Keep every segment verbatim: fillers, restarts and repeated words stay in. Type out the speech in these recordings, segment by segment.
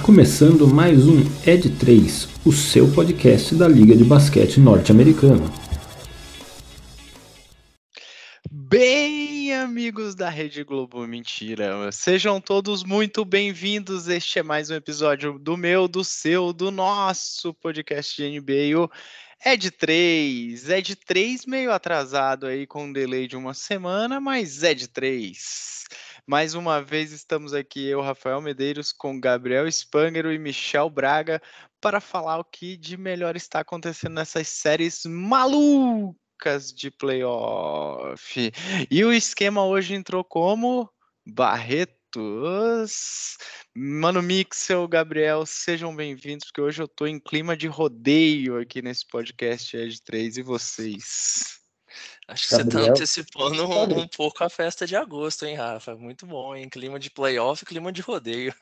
começando mais um E D três, o seu podcast da Liga de Basquete Norte-Americana. Bem, amigos da Rede Globo, mentira, sejam todos muito bem-vindos. Este é mais um episódio do meu, do seu, do nosso podcast de N B A, o E D três. E D três meio atrasado aí com um delay de uma semana, mas E D três. Mais uma vez estamos aqui, eu, Rafael Medeiros, com Gabriel Spangero e Michel Braga, para falar o que de melhor está acontecendo nessas séries malucas de playoff. E o esquema hoje entrou como Barretos. Mano Mixel, Gabriel, sejam bem-vindos, porque hoje eu tô em clima de rodeio aqui nesse podcast E D três, e vocês? Acho que Gabriel, você tá antecipando um, um pouco a festa de agosto, hein, Rafa? Muito bom, hein? Clima de playoff e clima de rodeio.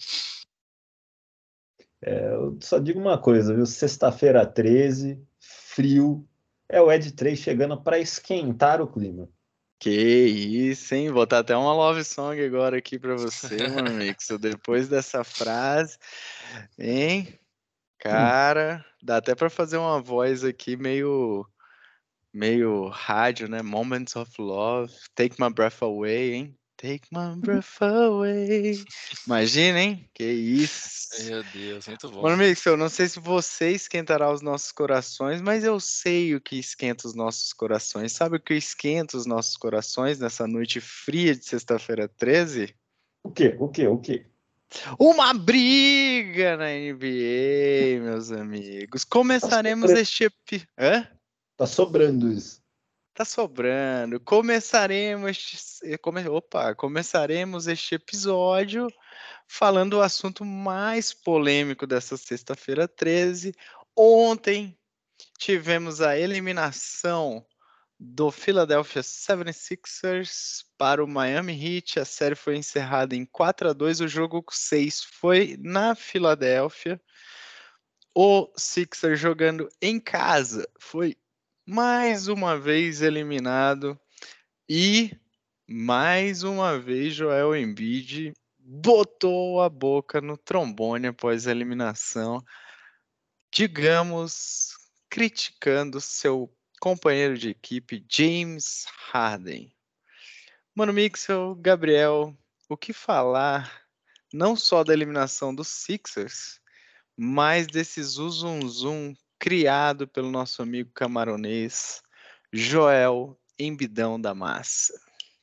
É, eu só digo uma coisa, viu? Sexta-feira treze, frio, é o E D três chegando para esquentar o clima. Que isso, hein? Vou botar até uma love song agora aqui para você, mano Mixel. Depois dessa frase, hein? Cara, dá até para fazer uma voz aqui meio... meio rádio, né? Moments of Love, Take My Breath Away, hein? Take My Breath Away. Imagina, hein? Que isso. Meu Deus, muito bom. Mano, Mixel, eu não sei se você esquentará os nossos corações, mas eu sei o que esquenta os nossos corações. Sabe o que esquenta os nossos corações nessa noite fria de sexta-feira treze? O quê? O quê? O quê? Uma briga na N B A, meus amigos. Começaremos tá este... Epi... Hã? Tá sobrando isso. Tá sobrando. Começaremos este... Come... Opa, começaremos este episódio falando o assunto mais polêmico dessa sexta-feira treze. Ontem tivemos a eliminação do Philadelphia setenta e seis ers para o Miami Heat. A série foi encerrada em quatro a dois. O jogo seis foi na Filadélfia. O Sixers jogando em casa foi mais uma vez eliminado e mais uma vez Joel Embiid botou a boca no trombone após a eliminação, digamos, criticando seu companheiro de equipe, James Harden. Mano Mixel, Gabriel, o que falar não só da eliminação dos Sixers, mas desse zum zum criado pelo nosso amigo camaronês Joel Embidão da Massa?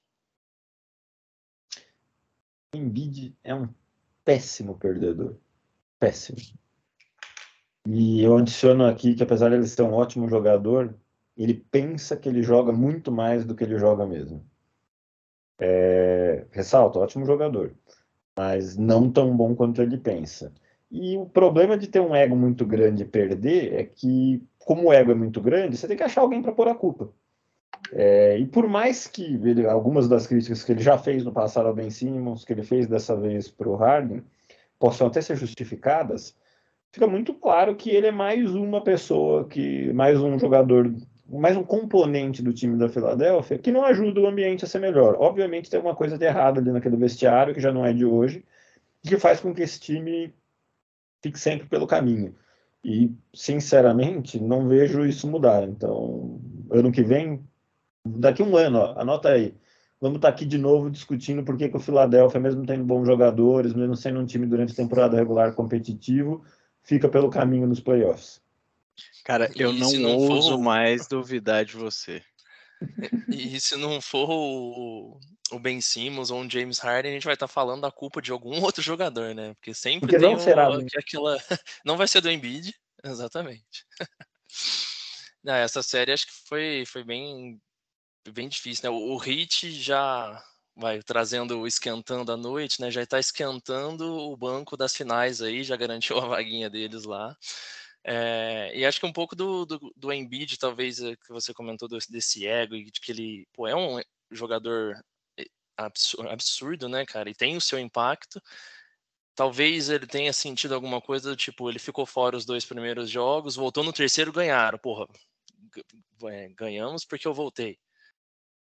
Embiid é um péssimo perdedor. Péssimo. E eu adiciono aqui que, apesar de ele ser um ótimo jogador, ele pensa que ele joga muito mais do que ele joga mesmo. É... Ressalto, ótimo jogador, mas não tão bom quanto ele pensa. E o problema de ter um ego muito grande e perder é que, como o ego é muito grande, você tem que achar alguém para pôr a culpa. É, e por mais que ele, algumas das críticas que ele já fez no passado ao Ben Simmons, que ele fez dessa vez para o Harden, possam até ser justificadas, fica muito claro que ele é mais uma pessoa, que mais um jogador, mais um componente do time da Filadélfia que não ajuda o ambiente a ser melhor. Obviamente tem uma coisa de errado ali naquele vestiário, que já não é de hoje, que faz com que esse time fique sempre pelo caminho. E, sinceramente, não vejo isso mudar. Então, ano que vem, daqui um ano, ó, anota aí, vamos estar aqui de novo discutindo por que, que o Philadelphia, mesmo tendo bons jogadores, mesmo sendo um time durante a temporada regular competitivo, fica pelo caminho nos playoffs. Cara, eu E não, não ouso for... mais duvidar de você. E se não for o, o Ben Simmons ou o James Harden, a gente vai estar falando da culpa de algum outro jogador, né? Porque sempre Porque tem não o, será. aquela... Não vai ser do Embiid, exatamente. Não, essa série acho que foi, foi bem, bem difícil, né? O, o Heat já vai trazendo, esquentando a noite, né? Já está esquentando o banco das finais aí, já garantiu a vaguinha deles lá. É, e acho que um pouco do, do, do Embiid, talvez, que você comentou desse ego, e de que ele pô, é um jogador absurdo, absurdo, né, cara? E tem o seu impacto. Talvez ele tenha sentido alguma coisa do tipo, ele ficou fora os dois primeiros jogos, voltou no terceiro, ganharam. Porra, ganhamos porque eu voltei.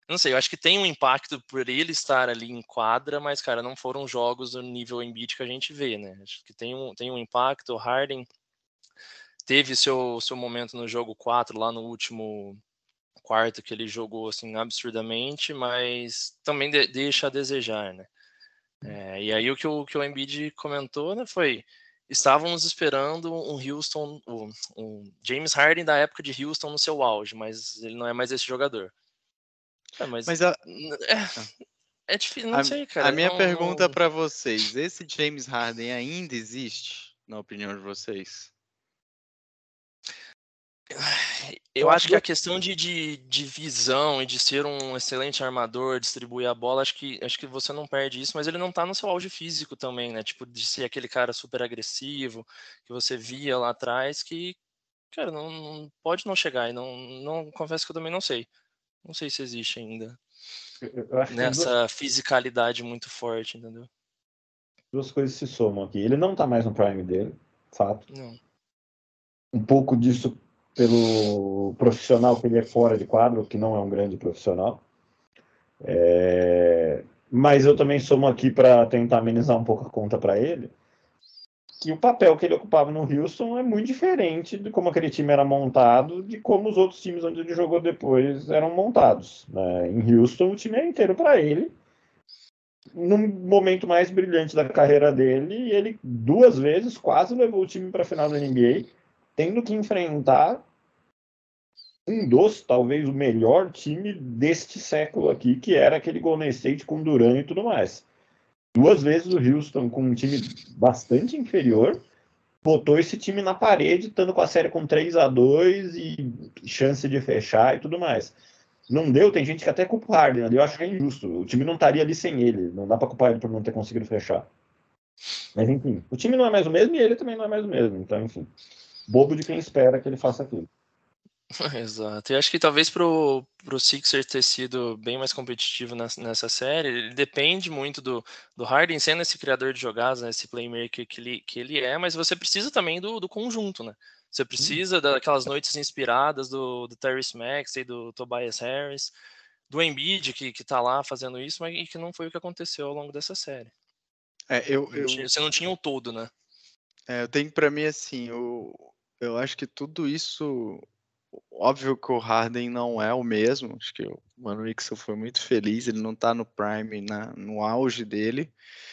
Não sei, eu acho que tem um impacto por ele estar ali em quadra, mas, cara, não foram jogos do nível Embiid que a gente vê, né? Acho que tem um, tem um impacto. O Harden teve seu, seu momento no jogo quatro, lá no último quarto, que ele jogou, assim, absurdamente, mas também de, deixa a desejar, né? É, e aí o que o, que o Embiid comentou, né, foi... Estávamos esperando um Houston, um, um James Harden da época de Houston no seu auge, mas ele não é mais esse jogador. É, mas Mas a, é, é difícil, não a, sei, a cara. minha Não, pergunta não... para vocês, esse James Harden ainda existe, na opinião de vocês? Eu acho que a questão de, de, de visão e de ser um excelente armador, distribuir a bola, acho que, acho que você não perde isso, mas ele não tá no seu auge físico também, né? Tipo, de ser aquele cara super agressivo que você via lá atrás, que, cara, não, não pode não chegar. E não, não confesso que eu também não sei. Não sei se existe ainda. Eu acho que tem duas, Nessa fisicalidade muito forte, entendeu? duas coisas se somam aqui. Ele não tá mais no prime dele, fato. Não. Um pouco disso pelo profissional que ele é fora de quadro, que não é um grande profissional. É... Mas eu também somo aqui para tentar amenizar um pouco a conta para ele, que o papel que ele ocupava no Houston é muito diferente de como aquele time era montado, de como os outros times onde ele jogou depois eram montados, né? Em Houston, o time era inteiro para ele, no momento mais brilhante da carreira dele, e ele duas vezes quase levou o time para a final da N B A, tendo que enfrentar um dos, talvez o melhor time deste século aqui, que era aquele Golden State com Durant e tudo mais. Duas vezes o Houston, com um time bastante inferior, botou esse time na parede, estando com a série com três a dois e chance de fechar e tudo mais. Não deu, tem gente que até culpa o Harden ali, eu acho que é injusto. O time não estaria ali sem ele, não dá para culpar ele por não ter conseguido fechar. Mas enfim, o time não é mais o mesmo e ele também não é mais o mesmo. Então, enfim, bobo de quem espera que ele faça aquilo. Exato. E acho que talvez pro, pro Sixers ter sido bem mais competitivo nessa, nessa série, ele depende muito do, do Harden sendo esse criador de jogadas, né, esse playmaker que ele, que ele é, mas você precisa também do, do conjunto, né? Você precisa daquelas noites inspiradas do, do Tyrese Maxey, do Tobias Harris, do Embiid, que, que tá lá fazendo isso, mas e que não foi o que aconteceu ao longo dessa série. É, eu, Não eu, tinha- você não tinha o todo, né? é, eu tenho para mim assim, eu, eu acho que tudo isso, óbvio que o Harden não é o mesmo, acho que o Mano Nixon foi muito feliz, ele não tá no prime, na, no auge dele.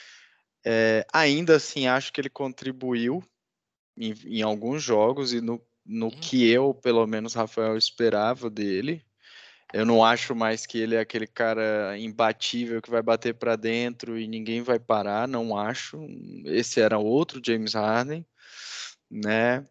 É, ainda assim, acho que ele contribuiu em, em alguns jogos e no, no que eu, pelo menos, Rafael, esperava dele. Eu não acho mais que ele é aquele cara imbatível que vai bater para dentro e ninguém vai parar, não acho. Esse era outro James Harden, né?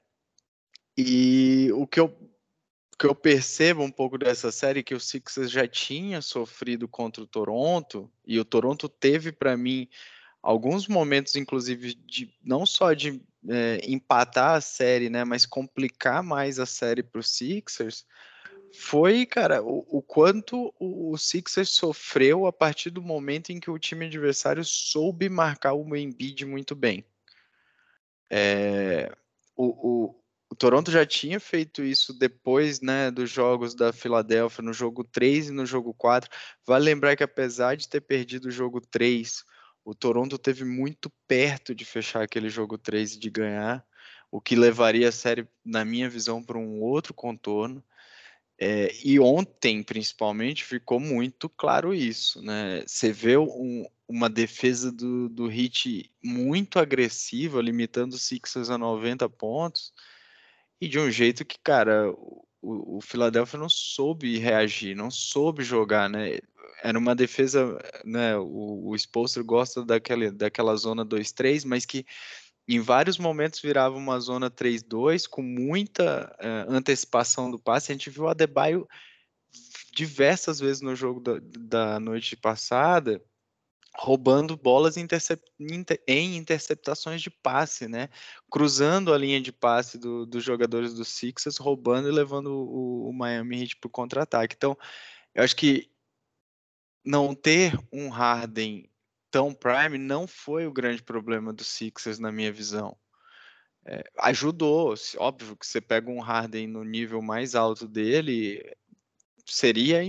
E o que eu, o que eu percebo um pouco dessa série é que o Sixers já tinha sofrido contra o Toronto e o Toronto teve para mim alguns momentos, inclusive, de não só de é, empatar a série, né, mas complicar mais a série para os Sixers. Foi, cara, o, o quanto o, o Sixers sofreu a partir do momento em que o time adversário soube marcar o Embiid muito bem. É, o, o, o Toronto já tinha feito isso depois, né, dos jogos da Filadélfia, no jogo três e no jogo quatro. Vale lembrar que apesar de ter perdido o jogo três, o Toronto teve muito perto de fechar aquele jogo três e de ganhar, o que levaria a série, na minha visão, para um outro contorno. É, e ontem, principalmente, ficou muito claro isso, né? Você vê um, uma defesa do, do Heat muito agressiva, limitando os Sixers a noventa pontos, e de um jeito que, cara, o, o Philadelphia não soube reagir, não soube jogar, né? Era uma defesa, né? O, o Spoelstra gosta daquela, daquela zona dois três, mas que em vários momentos virava uma zona três dois com muita uh, antecipação do passe. A gente viu o Adebayo diversas vezes no jogo da, da noite passada roubando bolas intercept, inter, em interceptações de passe, né? Cruzando a linha de passe do, dos jogadores do Sixers, roubando e levando o, o Miami Heat para o contra-ataque. Então, eu acho que não ter um Harden tão prime não foi o grande problema do Sixers, na minha visão. É, ajudou, óbvio que você pega um Harden no nível mais alto dele, seria,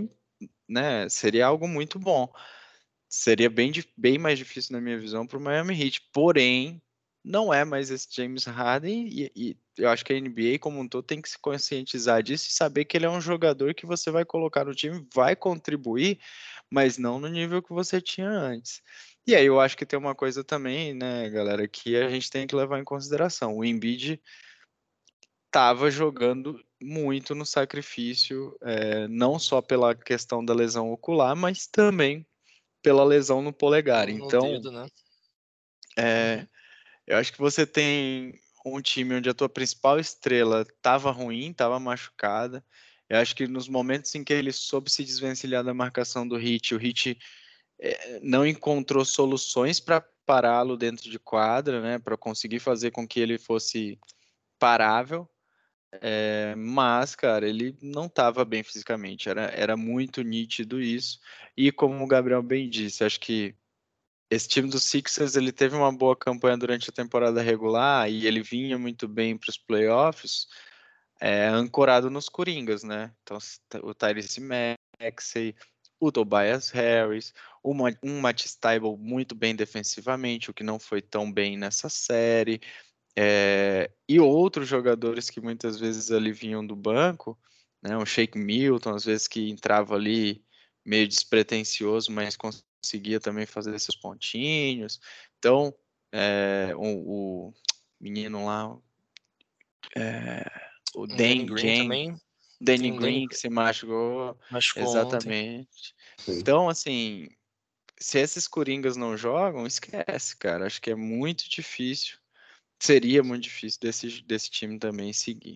né, seria algo muito bom. Seria bem, bem mais difícil, na minha visão, para o Miami Heat. Porém, não é mais esse James Harden e, e eu acho que a N B A como um todo tem que se conscientizar disso e saber que ele é um jogador que você vai colocar no time, vai contribuir, mas não no nível que você tinha antes. E aí eu acho que tem uma coisa também, né, galera, que a gente tem que levar em consideração. O Embiid estava jogando muito no sacrifício, é, não só pela questão da lesão ocular, mas também pela lesão no polegar. No Então, dedo, né? é, Uhum. eu acho que você tem um time onde a tua principal estrela estava ruim, estava machucada. Eu acho que nos momentos em que ele soube se desvencilhar da marcação do Heat, o Heat é, não encontrou soluções para pará-lo dentro de quadra, né, para conseguir fazer com que ele fosse parável. É, mas, cara, ele não estava bem fisicamente, era, era muito nítido isso. E como o Gabriel bem disse, acho que esse time do Sixers ele teve uma boa campanha durante a temporada regular e ele vinha muito bem para os playoffs, é, ancorado nos Coringas, né? Então, o Tyrese Maxey, o Tobias Harris, uma, um Matisse Thybulle muito bem defensivamente, o que não foi tão bem nessa série, é, e outros jogadores que muitas vezes ali vinham do banco, né? O Shake Milton, às vezes que entrava ali meio despretensioso, mas conseguia também fazer seus pontinhos. Então, é, o, o menino lá, é, o O Danny Dan Green James, também. Danny Tem o Danny Green, que se machucou, machucou ontem. exatamente. Sim. Então, assim, se esses Coringas não jogam, esquece, cara. Acho que é muito difícil. Seria muito difícil desse, desse time também seguir.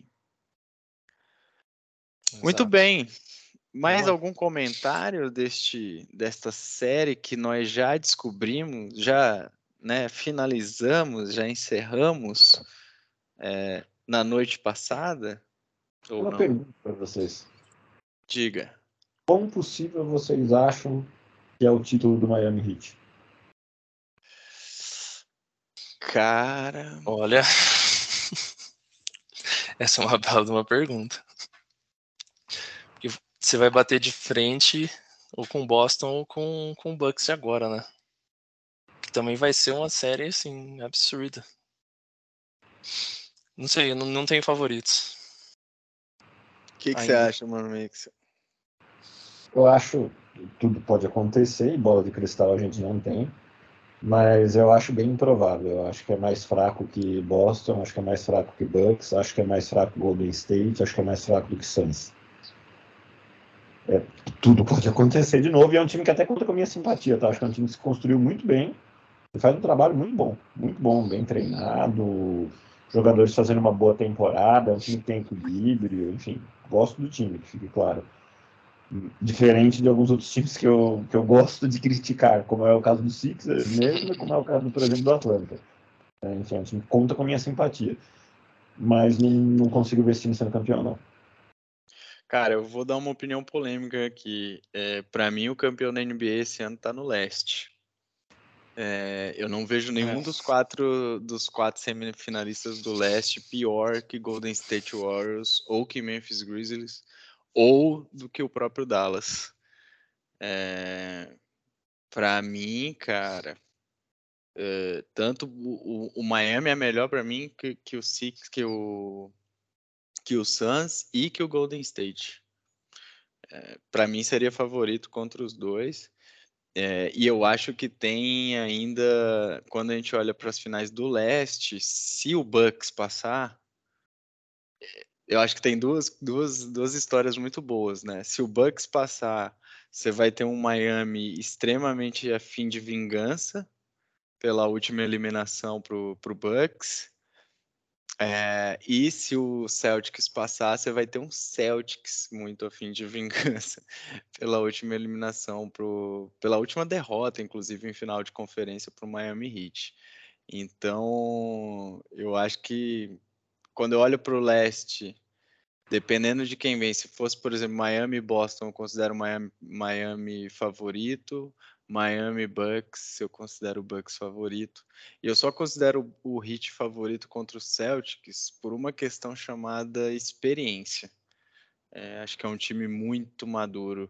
Muito Exato. bem. Mais Boa. algum comentário deste, desta série que nós já descobrimos, já, né, finalizamos, já encerramos é, na noite passada? Ou Uma não? pergunta para vocês. Diga. Quão possível vocês acham que é o título do Miami Heat? Cara, Olha, essa é uma bela de uma pergunta. Porque você vai bater de frente ou com Boston ou com, com o Bucks agora, né? Que também vai ser uma série, assim, absurda. Não sei, eu não, não tenho favoritos. o que, que você Ainda. acha, mano Mix? Eu acho que tudo pode acontecer, e bola de cristal a gente não tem, mas eu acho bem improvável. Eu acho que é mais fraco que Boston, acho que é mais fraco que Bucks, acho que é mais fraco que Golden State, acho que é mais fraco do que Suns. É, tudo pode acontecer de novo, e é um time que até conta com a minha simpatia, tá? Acho que é um time que se construiu muito bem e faz um trabalho muito bom, muito bom, bem treinado, jogadores fazendo uma boa temporada, é um time que tem equilíbrio, enfim, gosto do time, que fique claro. Diferente de alguns outros times que eu, que eu gosto de criticar, como é o caso do Sixers mesmo, e como é o caso, por exemplo, do Atlanta. É, enfim, é um time que conta com a minha simpatia. Mas não, não consigo ver esse time sendo campeão, não. Cara, eu vou dar uma opinião polêmica aqui. É, para mim, o campeão da N B A esse ano tá no leste. É, eu não vejo nenhum É. dos quatro dos quatro semifinalistas do leste pior que Golden State Warriors ou que Memphis Grizzlies ou do que o próprio Dallas. É, para mim, cara, é, tanto o, o, o Miami é melhor para mim que, que o Six, que o que o Suns e que o Golden State. É, para mim seria favorito contra os dois. É, e eu acho que tem ainda, quando a gente olha para as finais do leste, se o Bucks passar, eu acho que tem duas, duas, duas histórias muito boas, né? Se o Bucks passar, você vai ter um Miami extremamente a fim de vingança pela última eliminação pro, pro Bucks. É, e se o Celtics passar, você vai ter um Celtics muito a fim de vingança pela última eliminação, pro, pela última derrota, inclusive em final de conferência para o Miami Heat. Então, eu acho que quando eu olho para o leste, dependendo de quem vem, se fosse, por exemplo, Miami e Boston, eu considero Miami, Miami favorito. Miami Bucks, eu considero o Bucks favorito. E eu só considero o Heat favorito contra o Celtics por uma questão chamada experiência. É, acho que é um time muito maduro.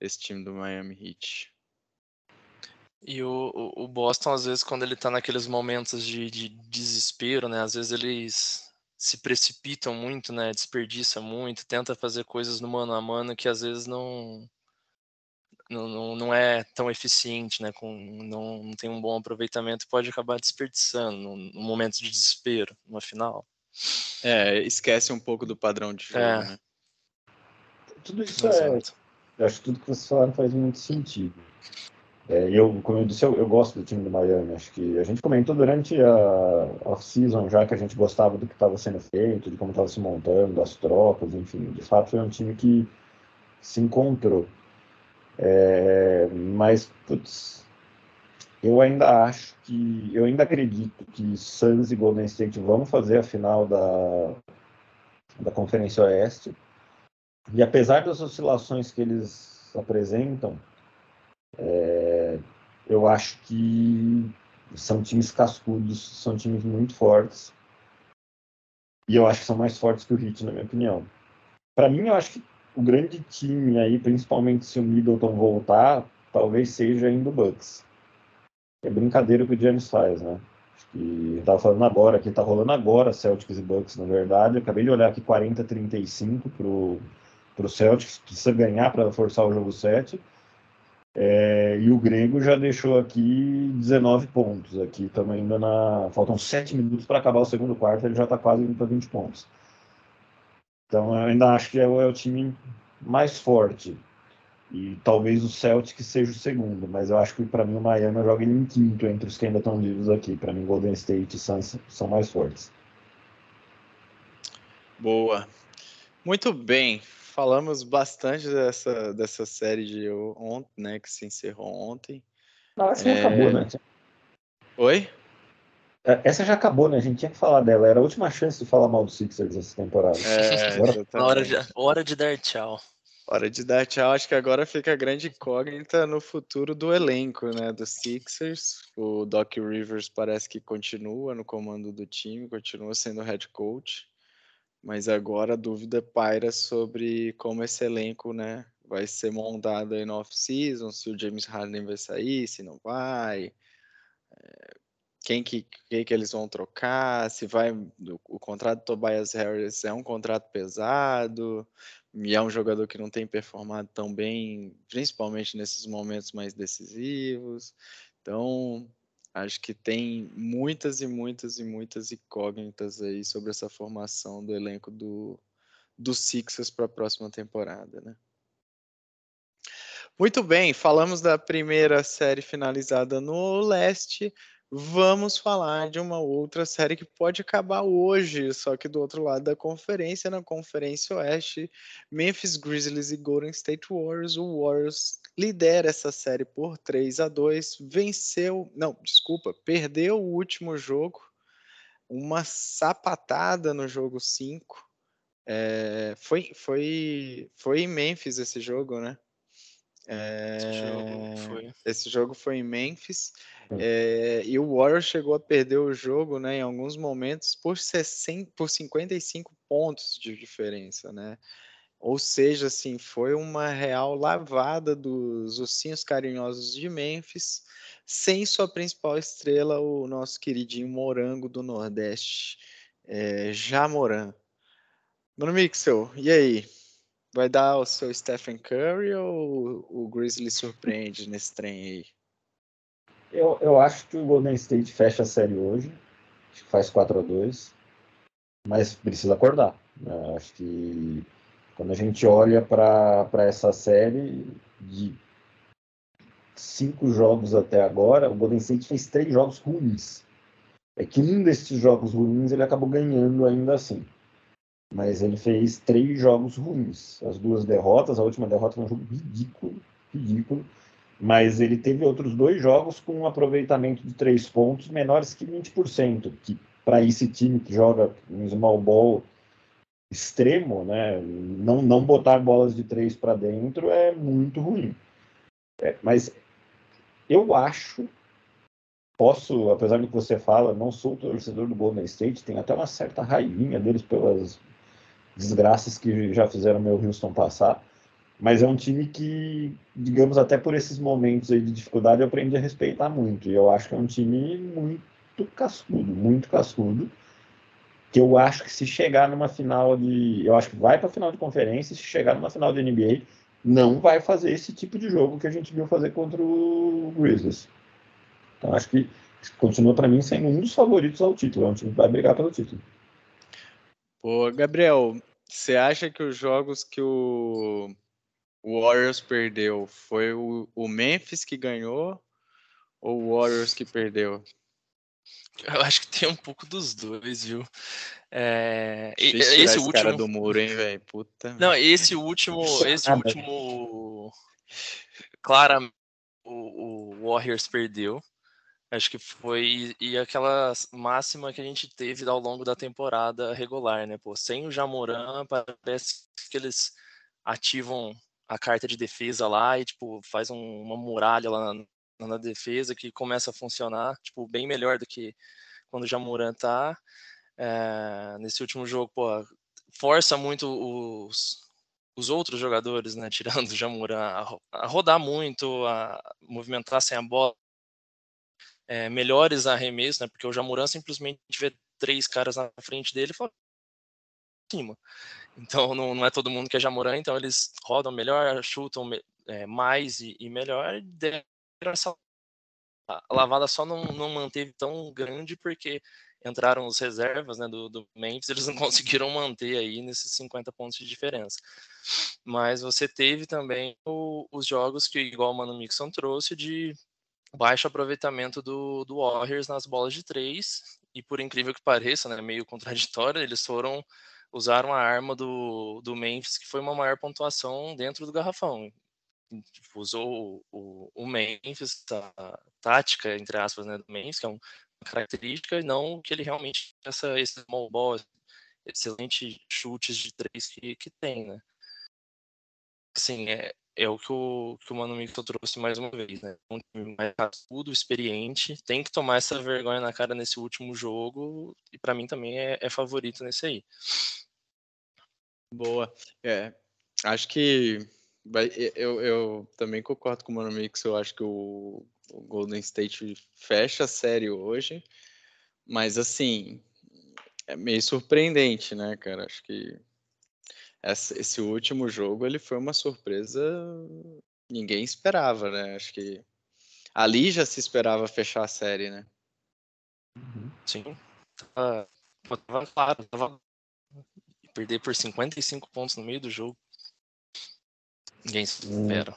esse time do Miami Heat. E o, o Boston, às vezes, quando ele tá naqueles momentos de, de desespero, né? Às vezes eles se precipitam muito, né? Desperdiça muito, tenta fazer coisas no mano a mano que às vezes não não, não, não é tão eficiente, né? Com, não, não tem um bom aproveitamento e pode acabar desperdiçando num, num momento de desespero, numa final. É, esquece um pouco do padrão de jogo, É. né? Tudo isso Exato. é... Eu acho que tudo que vocês falaram faz muito sentido. É, eu, como eu disse, eu, eu gosto do time do Miami. Acho que a gente comentou durante a off-season já que a gente gostava do que estava sendo feito, de como estava se montando, das trocas, enfim. De fato, foi um time que se encontrou. É, mas, putz, eu ainda acho que, eu ainda acredito que Suns e Golden State vão fazer a final da, da Conferência Oeste. E apesar das oscilações que eles apresentam, é, eu acho que são times cascudos, são times muito fortes. E eu acho que são mais fortes que o Heat, na minha opinião. Para mim, eu acho que o grande time aí, principalmente se o Middleton voltar, talvez seja ainda o Bucks. É brincadeira que o Giannis faz, né? Acho que tava falando agora, que tá rolando agora Celtics e Bucks, na verdade. Eu acabei de olhar aqui quarenta a trinta e cinco pro, pro Celtics, precisa ganhar para forçar o jogo sete. É, e o Grego já deixou aqui dezenove pontos. Aqui estamos ainda na. Faltam sete minutos para acabar o segundo quarto, ele já está quase indo para vinte pontos. Então eu ainda acho que é o, é o time mais forte. E talvez o Celtic seja o segundo, mas eu acho que para mim o Miami joga ele em quinto entre os que ainda estão vivos aqui. Para mim, Golden State e Suns são mais fortes. Boa. Muito bem. Falamos bastante dessa, dessa série de ontem, né, que se encerrou ontem. Não, essa já acabou, né? Oi? Essa já acabou, né? A gente tinha que falar dela. Era a última chance de falar mal do Sixers essa temporada. É, Agora... hora, de, hora de dar tchau. Hora de dar tchau. Acho que agora fica a grande incógnita no futuro do elenco, né, do Sixers. O Doc Rivers parece que continua no comando do time, continua sendo head coach. Mas agora a dúvida paira sobre como esse elenco, né, vai ser montado aí no off-season, se o James Harden vai sair, se não vai, é, quem, que, quem que eles vão trocar, se vai... O, o contrato do Tobias Harris é um contrato pesado, e é um jogador que não tem performado tão bem, principalmente nesses momentos mais decisivos. Então, acho que tem muitas e muitas e muitas incógnitas aí sobre essa formação do elenco do, do Sixers para a próxima temporada, né? Muito bem, falamos da primeira série finalizada no leste. Vamos falar de uma outra série que pode acabar hoje, só que do outro lado da conferência, na Conferência Oeste, Memphis Grizzlies e Golden State Warriors. O Warriors lidera essa série por três a dois, venceu, não, desculpa, perdeu o último jogo, uma sapatada no jogo cinco. É, foi, foi, foi em Memphis esse jogo, né? É, esse, jogo foi. esse jogo foi em Memphis. É, e o Warriors chegou a perder o jogo, né, em alguns momentos por, sessenta, por cinquenta e cinco pontos de diferença, né? Ou seja, assim, foi uma real lavada dos ursinhos carinhosos de Memphis, sem sua principal estrela, o nosso queridinho morango do Nordeste, é, Ja Morant. Mano Mixel, e aí? Vai dar o seu Stephen Curry ou o Grizzly surpreende nesse trem aí? Eu, eu acho que o Golden State fecha a série hoje, acho que faz quatro a dois, mas precisa acordar, né? Acho que quando a gente olha para essa série de cinco jogos até agora, o Golden State fez três jogos ruins. É que um desses jogos ruins ele acabou ganhando ainda assim. Mas ele fez três jogos ruins. As duas derrotas, a última derrota foi um jogo ridículo, ridículo. Mas ele teve outros dois jogos com um aproveitamento de três pontos menores que vinte por cento, que para esse time que joga um small ball extremo, né, não, não botar bolas de três para dentro é muito ruim. É, mas eu acho, posso, apesar do que você fala, não sou torcedor do Golden State, tenho até uma certa raivinha deles pelas desgraças que já fizeram meu Houston passar, mas é um time que, digamos, até por esses momentos aí de dificuldade, eu aprendi a respeitar muito. E eu acho que é um time muito cascudo, muito cascudo, que eu acho que se chegar numa final de... Eu acho que vai para a final de conferência, e se chegar numa final de N B A, não vai fazer esse tipo de jogo que a gente viu fazer contra o Grizzlies. Então acho que continua para mim sendo um dos favoritos ao título. É um time que vai brigar pelo título. Pô, Gabriel, você acha que os jogos que o o Warriors perdeu foi o, o Memphis que ganhou ou o Warriors que perdeu? Eu acho que tem um pouco dos dois, viu? É, e- Difícil tirar esse esse cara último. do muro, hein, velho? Puta. Não, esse último. Esse Ah, mas- último. Claramente, o, o Warriors perdeu. Acho que foi. E aquela máxima que a gente teve ao longo da temporada regular, né? Pô, sem o Jamoran, parece que eles ativam a carta de defesa lá e, tipo, faz um- uma muralha lá na, na defesa que começa a funcionar, tipo, bem melhor do que quando o Jamoran tá. É, nesse último jogo, pô, força muito os, os outros jogadores, né? Tirando o Jamoran, a, ro- a rodar muito, a movimentar sem a bola. É, melhores arremessos, né? Porque o Jamoran simplesmente vê três caras na frente dele e fala cima. Então não, não é todo mundo que é Jamoran, então eles rodam melhor, chutam é, mais e, e melhor. Deram essa a lavada só não, não manteve tão grande porque entraram os reservas, né, do, do Memphis, eles não conseguiram manter aí nesses cinquenta pontos de diferença. Mas você teve também o, os jogos que, igual o Mano Mixon trouxe, de baixo aproveitamento do, do Warriors nas bolas de três, e por incrível que pareça, né, meio contraditório, eles foram usaram a arma do, do Memphis, que foi uma maior pontuação dentro do garrafão. Tipo, usou o, o Memphis, a tática, entre aspas, né, do Memphis, que é uma característica, e não que ele realmente essa esse small ball, excelente chutes de três que, que tem, né? Assim, é, é o que o, que o Mano Mixon trouxe mais uma vez, né? Um time mais cascudo, experiente, tem que tomar essa vergonha na cara nesse último jogo, e para mim também é, é favorito nesse aí. Boa. É, acho que vai, eu, eu também concordo com o Mano Mix. Eu acho que o, o Golden State fecha a série hoje, mas assim, é meio surpreendente, né, cara? Acho que essa, esse último jogo ele foi uma surpresa, ninguém esperava, né? Acho que ali já se esperava fechar a série, né? Sim, tava, tava claro, tava perder por cinquenta e cinco pontos no meio do jogo. Ninguém espera.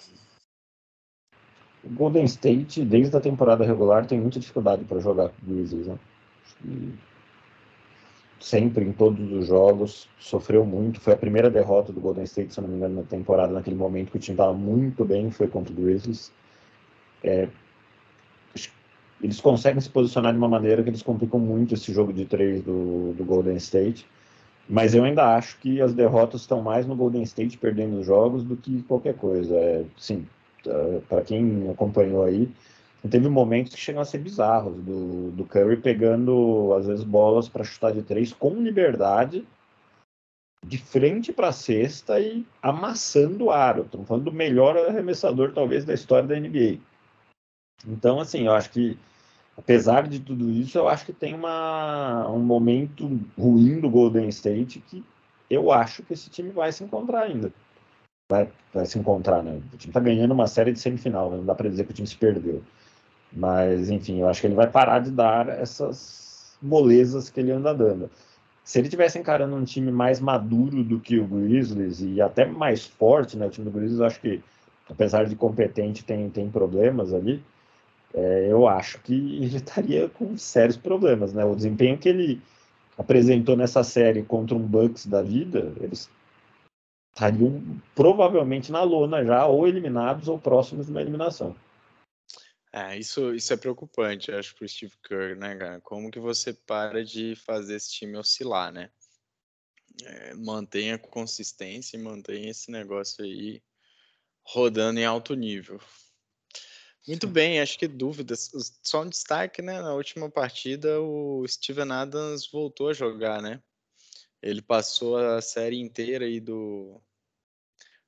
O Golden State, desde a temporada regular, tem muita dificuldade para jogar com o Grizzlies, né? E sempre, em todos os jogos, sofreu muito. Foi a primeira derrota do Golden State, se não me engano, na temporada, naquele momento que o time estava muito bem, foi contra o Grizzlies. É, eles conseguem se posicionar de uma maneira que eles complicam muito esse jogo de três do, do Golden State. Mas eu ainda acho que as derrotas estão mais no Golden State perdendo os jogos do que qualquer coisa. É, sim, para quem acompanhou aí, teve momentos que chegam a ser bizarros, do, do Curry pegando, às vezes, bolas para chutar de três com liberdade, de frente para a cesta e amassando o aro. Estamos falando do melhor arremessador, talvez, da história da N B A. Então, assim, eu acho que, apesar de tudo isso, eu acho que tem uma, um momento ruim do Golden State que eu acho que esse time vai se encontrar ainda. Vai, vai se encontrar, né? O time está ganhando uma série de semifinal, né? Não dá para dizer que o time se perdeu. Mas, enfim, eu acho que ele vai parar de dar essas molezas que ele anda dando. Se ele tivesse encarando um time mais maduro do que o Grizzlies e até mais forte, né? O time do Grizzlies, eu acho que, apesar de competente, tem, tem problemas ali. É, eu acho que ele estaria com sérios problemas, né? O desempenho que ele apresentou nessa série contra um Bucks da vida, eles estariam provavelmente na lona já, ou eliminados ou próximos de uma eliminação. É, isso, isso é preocupante, eu acho, pro Steve Kerr, né, cara? Como que você para de fazer esse time oscilar, né? É, mantenha a consistência e mantenha esse negócio aí rodando em alto nível. Muito bem, acho que dúvidas. Só um destaque, né? Na última partida, o Steven Adams voltou a jogar, né? Ele passou a série inteira aí do.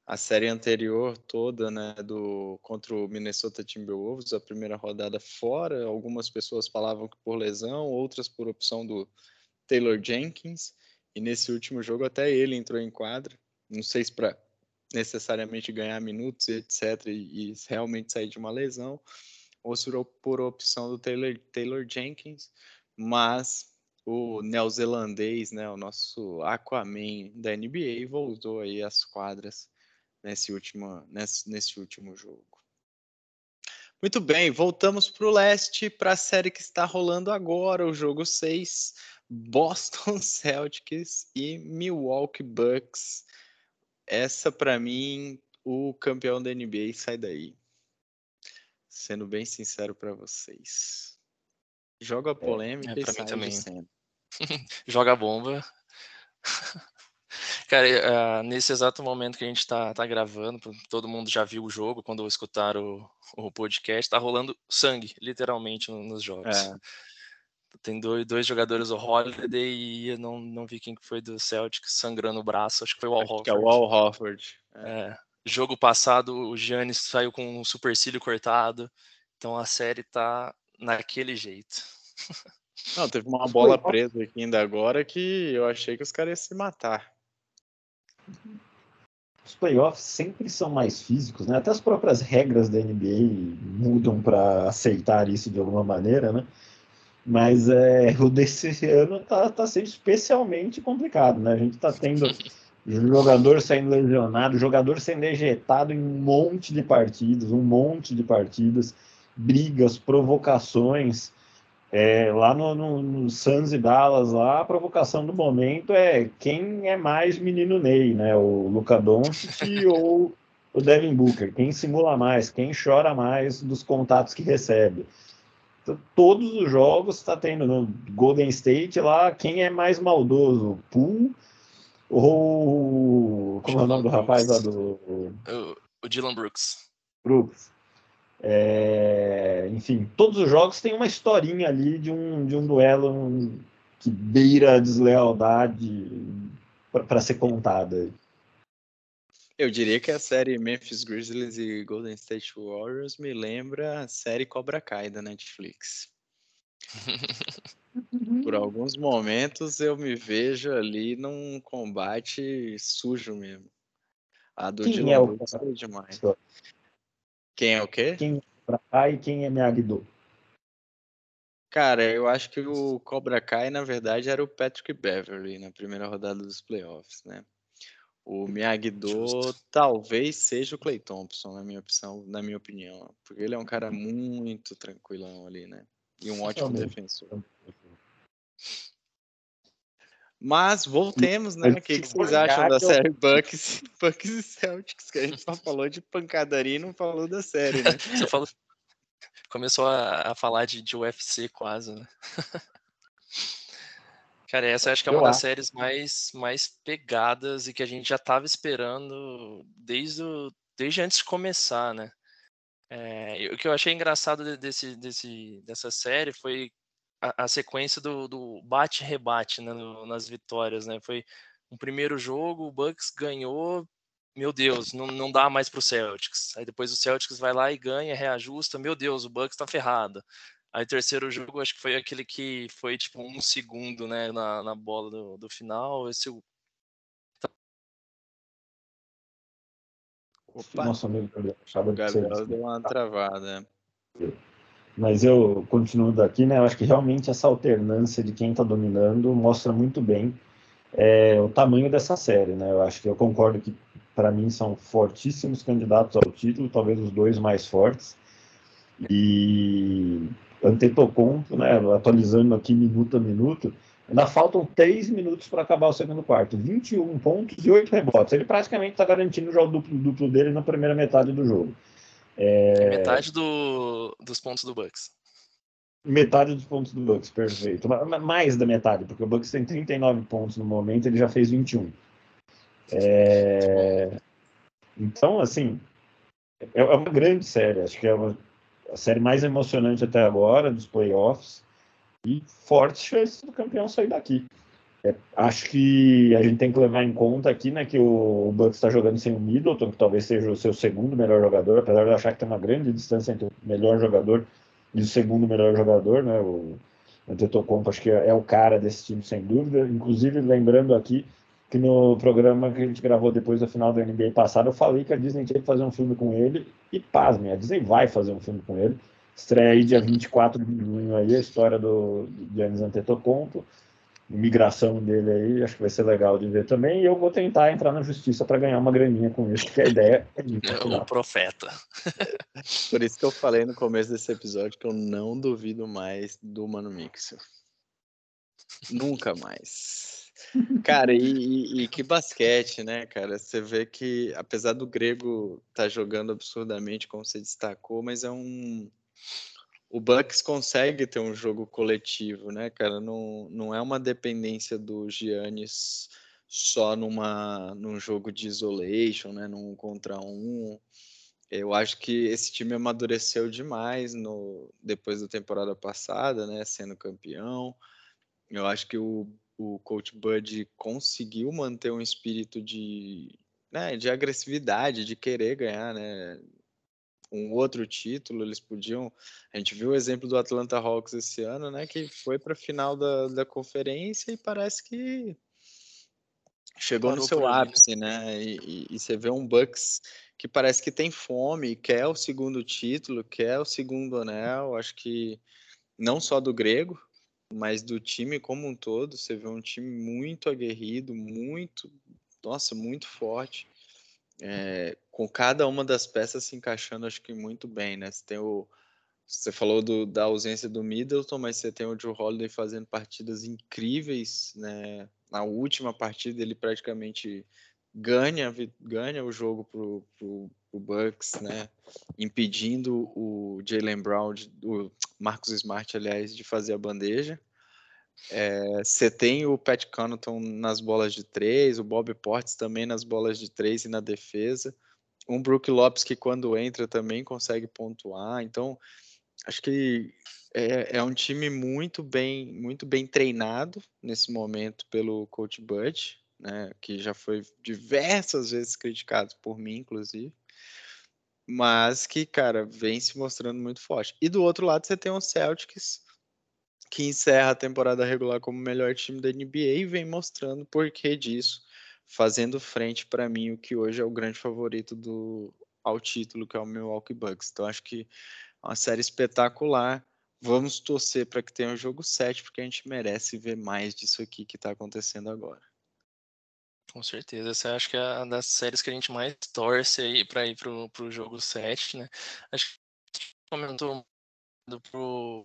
a série anterior toda, né, do, contra o Minnesota Timberwolves, a primeira rodada fora. Algumas pessoas falavam que por lesão, outras por opção do Taylor Jenkins. E nesse último jogo até ele entrou em quadra. Não sei se para necessariamente ganhar minutos, etcétera, e, e realmente sair de uma lesão, ou se por opção do Taylor, Taylor Jenkins, mas o neozelandês, né, o nosso Aquaman da N B A, voltou aí às quadras nesse último, nesse, nesse último jogo. Muito bem, voltamos para o leste, para a série que está rolando agora, o jogo seis, Boston Celtics e Milwaukee Bucks. Essa, para mim, o campeão da N B A sai daí. Sendo bem sincero para vocês. Joga polêmica é, e pra sai mim também. de cena. Joga bomba. Cara, uh, nesse exato momento que a gente tá, tá gravando, todo mundo já viu o jogo, quando escutar o, o podcast, tá rolando sangue, literalmente, nos jogos. É. Tem dois, dois jogadores, o Holiday e eu não, não vi quem foi do Celtics sangrando o braço, acho que foi o Al Horford. Que é o Al Horford. É. É. Jogo passado, o Giannis saiu com um supercílio cortado, então a série tá naquele jeito. Não, teve uma bola presa aqui ainda agora que eu achei que os caras iam se matar. Os playoffs sempre são mais físicos, né? Até as próprias regras da N B A mudam para aceitar isso de alguma maneira, né? Mas é, o desse ano tá, tá sendo especialmente complicado, né? A gente tá tendo jogador saindo lesionado, jogador sendo ejetado em um monte de partidas, um monte de partidas, brigas, provocações. É, lá no, no, no Suns e Dallas, lá, a provocação do momento é quem é mais menino Ney, né? O Luka Doncic ou o Devin Booker. Quem simula mais, quem chora mais dos contatos que recebe. Então, todos os jogos está tendo no Golden State lá quem é mais maldoso, Poole ou como é o nome do rapaz lá do o, o Dylan Brooks. Brooks. É, enfim, todos os jogos têm uma historinha ali de um, de um duelo um, que beira a deslealdade para ser contada. Eu diria que a série Memphis Grizzlies e Golden State Warriors me lembra a série Cobra Kai da Netflix. Por alguns momentos eu me vejo ali num combate sujo mesmo. A do Quem Dylan é o Brooks foi demais. Quem é o quê? Quem é Cobra Kai e quem é Miyagi-Do? Cara, eu acho que o Cobra Kai, na verdade, era o Patrick Beverley na primeira rodada dos playoffs, né? O Miyagi-Do talvez seja o Klay Thompson, na minha opção, na minha opinião, porque ele é um cara muito tranquilão ali, né? E um ótimo defensor. Mas voltemos, né? O que, que vocês acham da série Bucks, Bucks e Celtics? Que a gente só falou de pancadaria e não falou da série, né? Você falou, começou a, a falar de, de U F C quase, né? Cara, essa acho que é uma Eu das acho. séries mais, mais pegadas e que a gente já estava esperando desde, o, desde antes de começar, né? É, o que eu achei engraçado desse, desse, dessa série foi a, a sequência do, do bate-rebate, né, no, nas vitórias, né? Foi um primeiro jogo, o Bucks ganhou, meu Deus, não, não dá mais pro Celtics. Aí depois o Celtics vai lá e ganha, reajusta, meu Deus, o Bucks tá ferrado. Aí o terceiro jogo, acho que foi aquele que foi tipo um segundo, né, na, na bola do, do final. Esse Opa, Nosso amigo Gabriel, o Gabriel deu uma travada. Mas eu continuo daqui, né? Eu acho que realmente essa alternância de quem está dominando mostra muito bem é, o tamanho dessa série, né? Eu acho que eu concordo que para mim são fortíssimos candidatos ao título, talvez os dois mais fortes. E Antetokounmpo, né? Atualizando aqui minuto a minuto, ainda faltam três minutos para acabar o segundo quarto, vinte e um pontos e oito rebotes. Ele praticamente está garantindo já o duplo, duplo dele na primeira metade do jogo. É, é metade do, dos pontos do Bucks. Metade dos pontos do Bucks, perfeito. Mais da metade, porque o Bucks tem trinta e nove pontos no momento, ele já fez vinte e um. É... Então, assim, é uma grande série. Acho que é uma, a série mais emocionante até agora dos playoffs e fortes chances do campeão sair daqui. Acho que a gente tem que levar em conta aqui, né, que o Bucks está jogando sem o Middleton, que talvez seja o seu segundo melhor jogador, apesar de eu achar que tem uma grande distância entre o melhor jogador e o segundo melhor jogador, né, o Antetokounmpo acho que é o cara desse time, sem dúvida. Inclusive, lembrando aqui que no programa que a gente gravou depois do final da N B A passada, eu falei que a Disney tinha que fazer um filme com ele, e pasmem, a Disney vai fazer um filme com ele. Estreia aí dia vinte e quatro de junho aí, a história do Giannis Antetokounmpo, migração dele aí, acho que vai ser legal de ver também, e eu vou tentar entrar na justiça para ganhar uma graninha com isso, porque a ideia é muito O profeta. Por isso que eu falei no começo desse episódio que eu não duvido mais do Mano Mixer. Nunca mais. Cara, e, e, e que basquete, né, cara? Você vê que, apesar do Grego tá jogando absurdamente, como você destacou, mas é um... O Bucks consegue ter um jogo coletivo, né, cara? Não, não é uma dependência do Giannis só numa, num jogo de isolation, né, num contra um. Eu acho que esse time amadureceu demais no, depois da temporada passada, né, sendo campeão. Eu acho que o, o Coach Bud conseguiu manter um espírito de, né, de agressividade, de querer ganhar, né? Um outro título, eles podiam... A gente viu o exemplo do Atlanta Hawks esse ano, né, que foi para a final da, da conferência e parece que chegou no Parou por seu ali, né? ápice, né, e, e, e você vê um Bucks que parece que tem fome, quer o segundo título, quer o segundo anel, acho que não só do Grego, mas do time como um todo. Você vê um time muito aguerrido, muito, nossa, muito forte. É, com cada uma das peças se encaixando, acho que muito bem, né? Você tem o, você falou do, da ausência do Middleton, mas você tem o Jrue Holiday fazendo partidas incríveis, né? Na última partida ele praticamente ganha, ganha o jogo pro, pro, pro Bucks, né? Impedindo o Jaylen Brown, o Marcus Smart, aliás, de fazer a bandeja. É, você tem o Pat Connaughton nas bolas de três, o Bob Portis também nas bolas de três e na defesa. Um Brook Lopes que quando entra também consegue pontuar. Então, acho que é, é um time muito bem, muito bem treinado nesse momento pelo Coach Bud, né, que já foi diversas vezes criticado por mim, inclusive, mas que, cara, vem se mostrando muito forte. E do outro lado você tem o Celtics, que encerra a temporada regular como o melhor time da N B A e vem mostrando o porquê disso, fazendo frente para mim o que hoje é o grande favorito do, ao título, que é o Milwaukee Bucks. Então acho que é uma série espetacular. Vamos torcer para que tenha o jogo sete, porque a gente merece ver mais disso aqui que está acontecendo agora. Com certeza, essa acho que é uma das séries que a gente mais torce aí para ir pro, pro jogo sete, né? Acho que comentou pro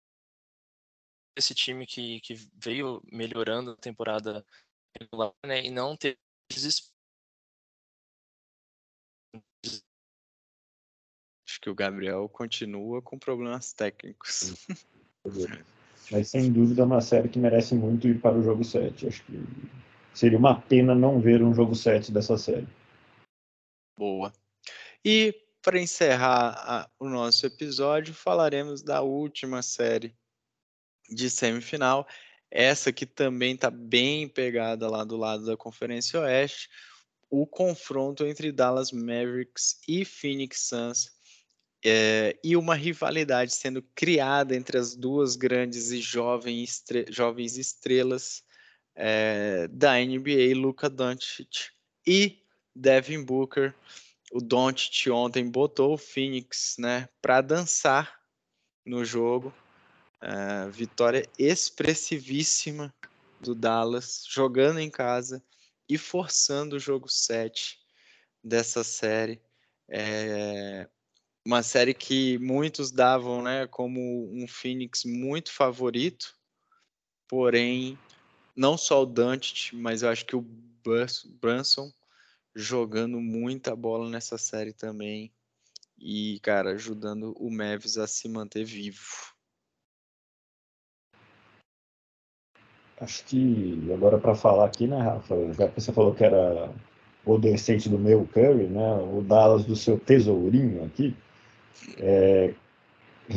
esse time que, que veio melhorando a temporada regular, né? E não ter desespero. Acho que o Gabriel continua com problemas técnicos. Mas sem dúvida é uma série que merece muito ir para o jogo sete. Acho que seria uma pena não ver um jogo sete dessa série. Boa. E para encerrar a, o nosso episódio, falaremos da última série de semifinal. Essa que também está bem pegada lá do lado da Conferência Oeste. O confronto entre Dallas Mavericks e Phoenix Suns. É, e uma rivalidade sendo criada entre as duas grandes e jovem estre jovens estrelas é, da N B A, Luka Doncic e Devin Booker. O Doncic ontem botou o Phoenix, né, para dançar no jogo. É, vitória expressivíssima do Dallas, jogando em casa e forçando o jogo sete dessa série. É, uma série que muitos davam, né, como um Phoenix muito favorito, porém, não só o Doncic, mas eu acho que o Brunson jogando muita bola nessa série também e, cara, ajudando o Mavs a se manter vivo. Acho que agora para falar aqui, né, Rafa, já que você falou que era o Golden State do meu Curry, né, o Dallas do seu tesourinho aqui, é,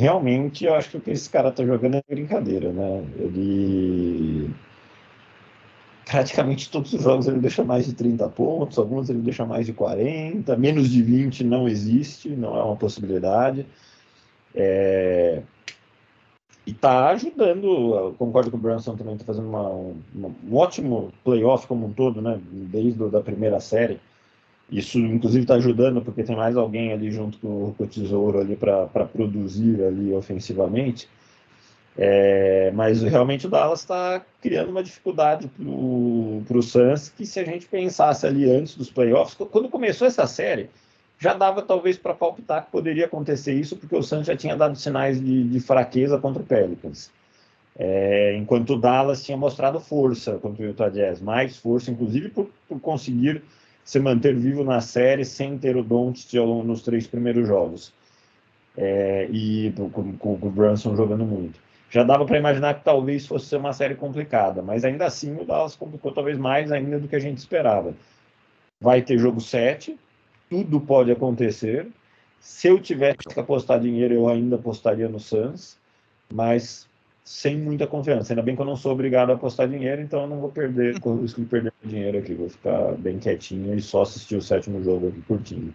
realmente eu acho que o que esse cara tá jogando é brincadeira, né? Ele praticamente todos os jogos ele deixa mais de trinta pontos, alguns ele deixa mais de quarenta, menos de vinte não existe, não é uma possibilidade. É... E está ajudando, concordo que o Brunson também está fazendo uma, uma, um ótimo playoff como um todo, né? Desde a primeira série. Isso, inclusive, está ajudando porque tem mais alguém ali junto com, com o Tesouro ali para produzir ali ofensivamente. É, mas realmente o Dallas está criando uma dificuldade para o Suns que, se a gente pensasse ali antes dos playoffs, quando começou essa série, já dava talvez para palpitar que poderia acontecer isso, porque o Suns já tinha dado sinais de, de fraqueza contra o Pelicans. É, enquanto o Dallas tinha mostrado força contra o Utah Jazz, mais força, inclusive por, por conseguir se manter vivo na série sem ter o Doncic nos três primeiros jogos. É, e com, com, com o Brunson jogando muito. Já dava para imaginar que talvez fosse ser uma série complicada, mas ainda assim o Dallas complicou talvez mais ainda do que a gente esperava. Vai ter jogo sete, tudo pode acontecer. Se eu tivesse que apostar dinheiro, eu ainda apostaria no Suns, mas sem muita confiança. Ainda bem que eu não sou obrigado a apostar dinheiro, então eu não vou perder, corro o risco de perder dinheiro aqui. Vou ficar bem quietinho e só assistir o sétimo jogo aqui curtindo.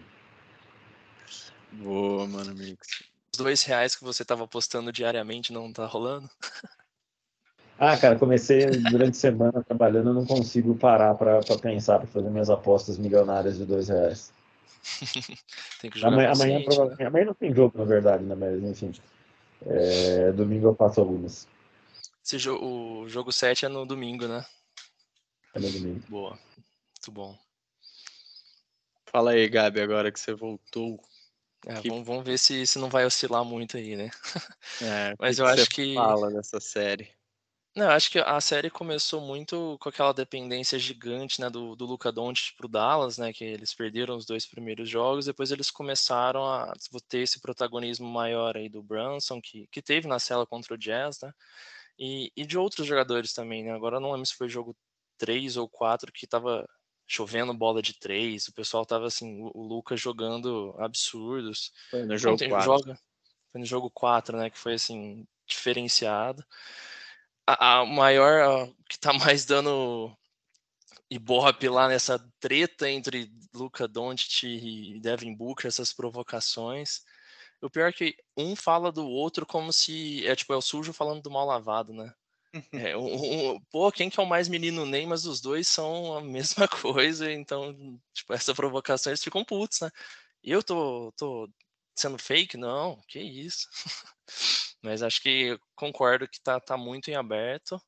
Boa, mano, Mix. Os dois reais que você estava apostando diariamente não tá rolando? Ah, cara, comecei durante a semana trabalhando, eu não consigo parar para pensar, para fazer minhas apostas milionárias de dois reais. Tem que jogar Amanhã, amanhã, consciente, né? provavelmente, amanhã não tem jogo, na verdade, né? Mas enfim, é, domingo eu faço algumas. Esse jo o jogo sete é no domingo, né? É no domingo. Boa, muito bom. Fala aí, Gabi, agora que você voltou. É, que... vamos, vamos ver se, se não vai oscilar muito aí, né? É, Mas que eu que acho você que... fala dessa série? Não, eu acho que a série começou muito com aquela dependência gigante, né, do, do Luka Doncic pro Dallas, né, que eles perderam os dois primeiros jogos, depois eles começaram a ter esse protagonismo maior aí do Brunson, que, que teve na cela contra o Jazz, né, e, e de outros jogadores também, né, agora eu não lembro se foi jogo três ou quatro que tava chovendo bola de três, o pessoal tava assim, o, o Luka jogando absurdos. Foi no Não, jogo tem, quatro. joga, foi no jogo quatro, né, que foi assim, diferenciado. A, a maior, a, que tá mais dando ibope lá nessa treta entre Luka Doncic e Devin Booker, essas provocações. O pior é que um fala do outro como se é tipo é o sujo falando do mal lavado, né? É, um, um, pô, quem que é o mais menino Ney, mas os dois são a mesma coisa, então, tipo, essa provocação eles ficam putos, né? Eu tô, tô sendo fake? Não, que isso. Mas acho que concordo que tá, tá muito em aberto.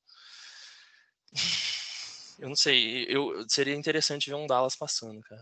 Eu não sei, eu, seria interessante ver um Dallas passando, cara.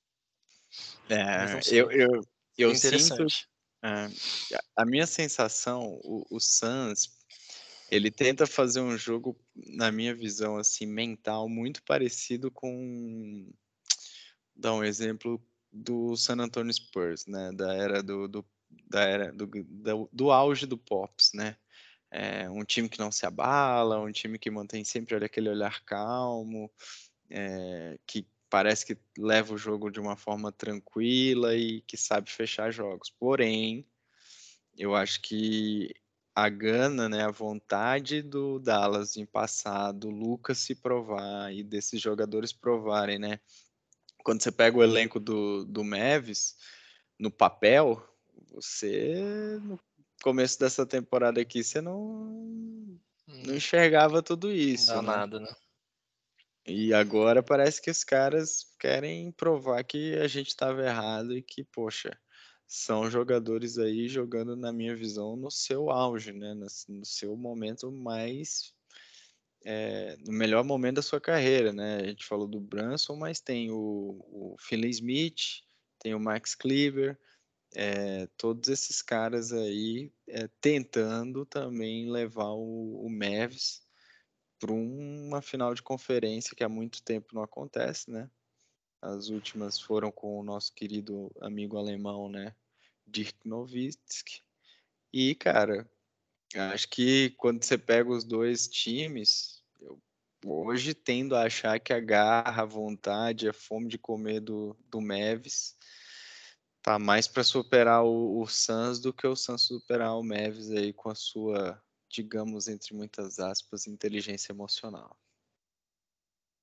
Mas não É, sei. eu, eu, eu sinto... Interessante. É, a minha sensação, o, o Suns, ele tenta fazer um jogo, na minha visão, assim, mental, muito parecido com... Dar um exemplo do San Antonio Spurs, né? Da era do, do da era do, do, do auge do Pops, né? É um time que não se abala, um time que mantém sempre aquele olhar calmo, é, que parece que leva o jogo de uma forma tranquila e que sabe fechar jogos. Porém, eu acho que a gana, né, a vontade do Dallas em passar, do Lucas se provar e desses jogadores provarem, né? Quando você pega o elenco do, do Mavis, no papel, você, no começo dessa temporada aqui, você não, não Hum, enxergava tudo não isso, dá né? nada, né? E agora parece que os caras querem provar que a gente estava errado e que, poxa, são jogadores aí jogando, na minha visão, no seu auge, né? No, no seu momento mais... É, no melhor momento da sua carreira, né? A gente falou do Brunson, mas tem o, o Finney Smith, tem o Max Kleber, é, todos esses caras aí é, tentando também levar o, o Mavs para uma final de conferência que há muito tempo não acontece, né? As últimas foram com o nosso querido amigo alemão, né? Dirk Nowitzki. E, cara, acho que quando você pega os dois times, eu hoje tendo a achar que a garra, a vontade, a fome de comer do, do Mavis tá mais para superar o, o Suns do que o Suns superar o Mavis aí com a sua, digamos, entre muitas aspas, inteligência emocional.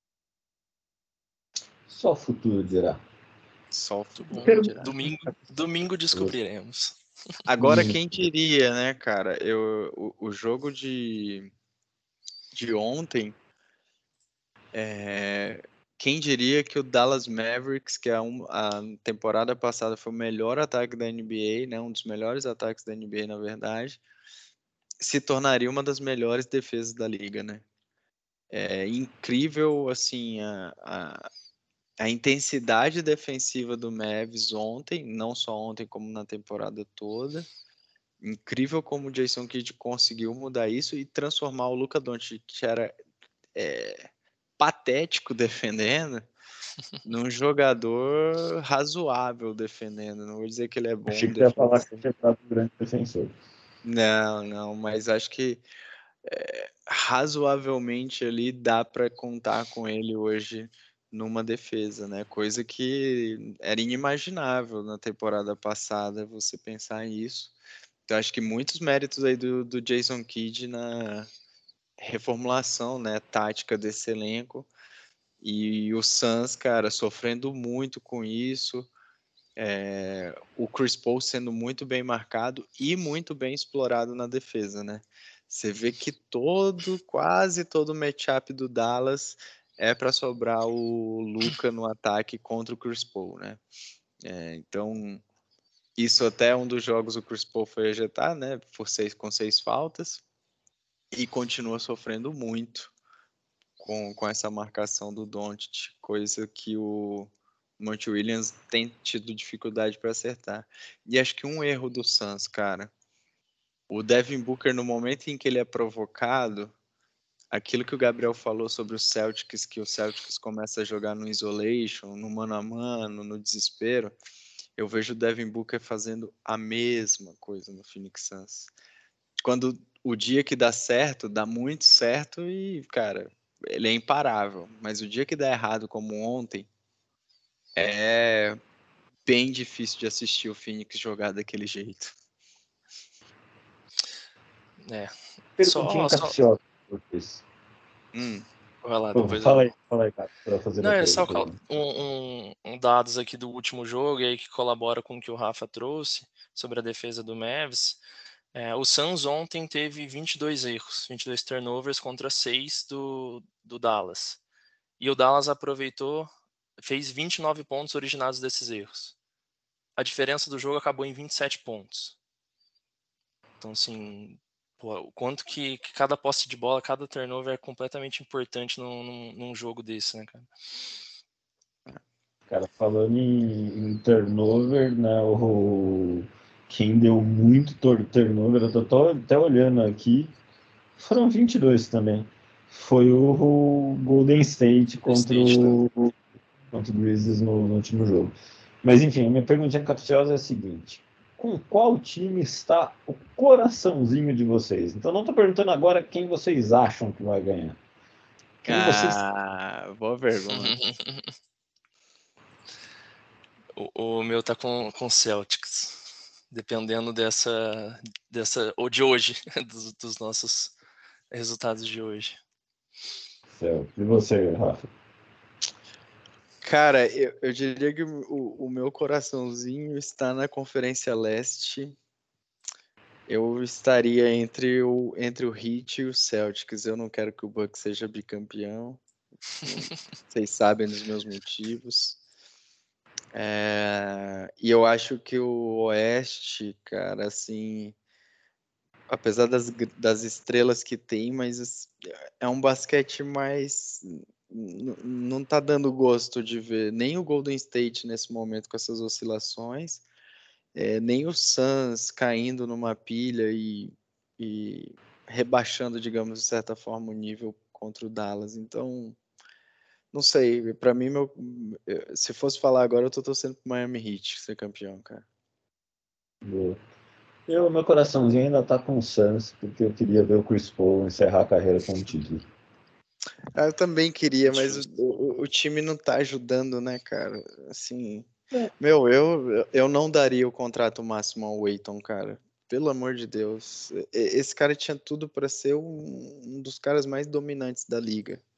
Só o futuro dirá. Só o Muito bom. Quero- Domingo, domingo descobriremos. Agora, Hum. quem diria, né, cara? Eu, o, o jogo de, de ontem, é, quem diria que o Dallas Mavericks, que a, um- a temporada passada foi o melhor ataque da N B A, né, um dos melhores ataques da N B A, na verdade, se tornaria uma das melhores defesas da liga, né? É incrível, assim, a, a, a intensidade defensiva do Mavs ontem, não só ontem, como na temporada toda. Incrível como o Jason Kidd conseguiu mudar isso e transformar o Luka Doncic, que era é, patético defendendo, num jogador razoável defendendo. Não vou dizer que ele é bom Achei que você ia falar que defendendo. você é um grande defensor. Não, não, mas acho que é, razoavelmente ali dá para contar com ele hoje numa defesa, né? Coisa que era inimaginável na temporada passada, você pensar nisso. Então, acho que muitos méritos aí do, do Jason Kidd na reformulação, né, tática desse elenco. E o Suns, cara, sofrendo muito com isso. É, o Chris Paul sendo muito bem marcado e muito bem explorado na defesa, né? Você vê que todo, quase todo o matchup do Dallas é para sobrar o Luka no ataque contra o Chris Paul, né? É, então, isso até um dos jogos o Chris Paul foi ejetado, né? Por seis, com seis faltas e continua sofrendo muito com, com essa marcação do Doncic, coisa que o Monty Williams tem tido dificuldade para acertar. E acho que um erro do Suns, cara, o Devin Booker, no momento em que ele é provocado, aquilo que o Gabriel falou sobre o Celtics, que o Celtics começa a jogar no isolation, no mano a mano, no desespero, eu vejo o Devin Booker fazendo a mesma coisa no Phoenix Suns. Quando o dia que dá certo, dá muito certo e, cara, ele é imparável. Mas o dia que dá errado, como ontem, é bem difícil de assistir o Phoenix jogar daquele jeito. É. Perguntinha Só, só... capciosa. Lucas. Hum, Vai lá, Pô, depois fala eu... aí, fala aí, cara, para fazer Não, a é só pergunta. um, um, um dados aqui do último jogo e aí que colabora com o que o Rafa trouxe sobre a defesa do Mavs. É, o Suns ontem teve vinte e dois erros, vinte e dois turnovers contra seis do, do Dallas. E o Dallas aproveitou, fez vinte e nove pontos originados desses erros. A diferença do jogo acabou em vinte e sete pontos. Então, assim, pô, o quanto que, que cada posse de bola, cada turnover é completamente importante num, num, num jogo desse, né, cara? Cara, falando em, em turnover, né, o, quem deu muito turnover, eu tô, tô até olhando aqui, foram vinte e dois também. Foi o Golden State contra o, contra o Grizzlies no, no último jogo. Mas enfim, a minha perguntinha capciosa é a seguinte: com qual time está o coraçãozinho de vocês? Então não estou perguntando agora quem vocês acham que vai ganhar. Quem vocês. ah, boa pergunta. o, o meu tá com com Celtics. Dependendo dessa, dessa ou de hoje, dos, dos nossos resultados de hoje. Certo. E você, Rafa? Cara, eu, eu diria que o, o meu coraçãozinho está na Conferência Leste. Eu estaria entre o, entre o Heat e o Celtics. Eu não quero que o Bucks seja bicampeão. Vocês sabem dos meus motivos. É, e eu acho que o Oeste, cara, assim, apesar das, das estrelas que tem, mas é um basquete mais. Não tá dando gosto de ver nem o Golden State nesse momento com essas oscilações, é, nem o Suns caindo numa pilha e, e rebaixando, digamos, de certa forma, o nível contra o Dallas. Então, não sei, pra mim, meu, se fosse falar agora, eu tô torcendo pro Miami Heat ser campeão, cara. Boa. Eu, meu coraçãozinho ainda tá com o Suns, porque eu queria ver o Chris Paul encerrar a carreira com um título. Ah, eu também queria, mas Justo. o, o, o time não tá ajudando, né, cara? Assim, meu, eu, eu não daria o contrato máximo ao Aiton, cara. Pelo amor de Deus. E- Esse cara tinha tudo pra ser um, um dos caras mais dominantes da liga.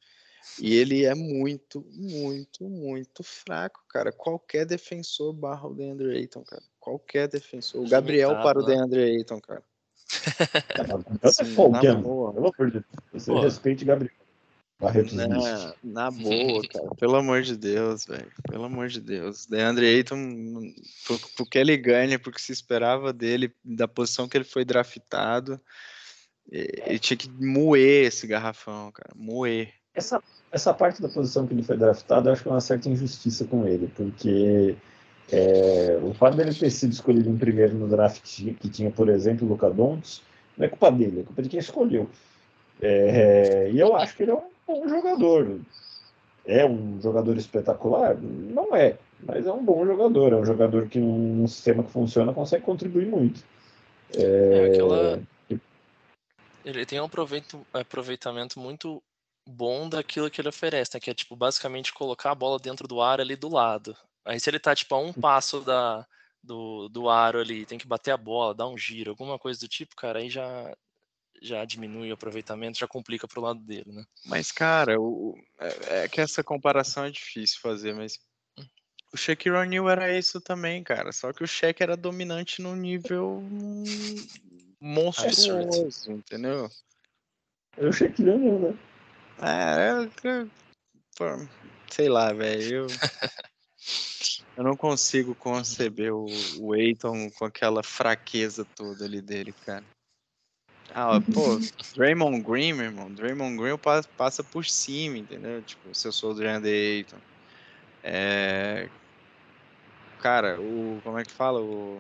E ele é muito, muito, muito fraco, cara. Qualquer defensor barra o DeAndre Ayton, cara. Qualquer defensor. O Gabriel Limitado, para o né? DeAndre Ayton, cara. Não, não é Sim, na folgando. boa. Pelo amor de Deus. Você Pô. respeite Gabriel. Barretos Smith. Na, na boa, cara. Pelo amor de Deus, velho. Pelo amor de Deus. DeAndre Ayton, por, porque ele ganha, porque se esperava dele, da posição que ele foi draftado, ele tinha que moer esse garrafão, cara. Moer. Essa, essa parte da posição que ele foi draftado, eu acho que é uma certa injustiça com ele, porque é, o fato dele ter sido escolhido em primeiro no draft que tinha, por exemplo, o Luka Doncic, não é culpa dele, é culpa de quem escolheu. É, e eu acho que ele é um bom jogador. É um jogador espetacular? Não é, mas é um bom jogador. É um jogador que, num sistema que funciona, consegue contribuir muito. É, aquela. É, Ele tem um aproveito- aproveitamento muito bom daquilo que ele oferece, né? Que é, tipo, basicamente colocar a bola dentro do aro ali do lado. Aí se ele tá, tipo, a um passo da, do, do aro ali, tem que bater a bola, dar um giro, alguma coisa do tipo, cara, aí já, já diminui o aproveitamento, já complica pro lado dele, né? Mas, cara, o, é, é que essa comparação é difícil fazer, mas o Shaquille O'Neal era isso também, cara. Só que o Shaq era dominante num nível hum, monstruoso, entendeu? eu achei que não, né? É, é, é, pô, sei lá, velho. Eu, eu não consigo conceber o, o Ayton com aquela fraqueza toda ali dele, cara. Ah, pô, Draymond Green, meu irmão. Draymond Green pa- passa por cima, entendeu? Tipo, se eu sou o DeAndre Ayton. É, cara, o. Como é que fala? O.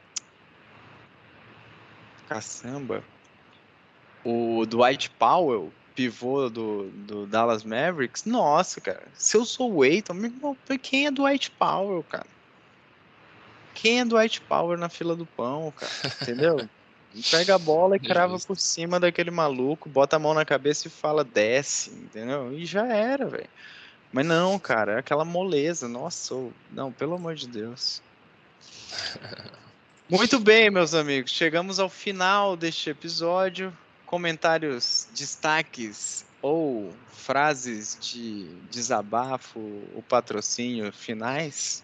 Caçamba. O Dwight Powell, pivô do, do Dallas Mavericks. Nossa, cara. Se eu sou o Ayton, meu irmão, quem é Dwight Powell, cara? Quem é Dwight Powell na fila do pão, cara? Entendeu? Pega a bola e crava Justo. por cima daquele maluco, bota a mão na cabeça e fala desce, entendeu? E já era, velho. Mas não, cara, é aquela moleza. Nossa, ô, não, pelo amor de Deus. Muito bem, meus amigos. Chegamos ao final deste episódio. Comentários, destaques ou frases de desabafo ou patrocínio finais?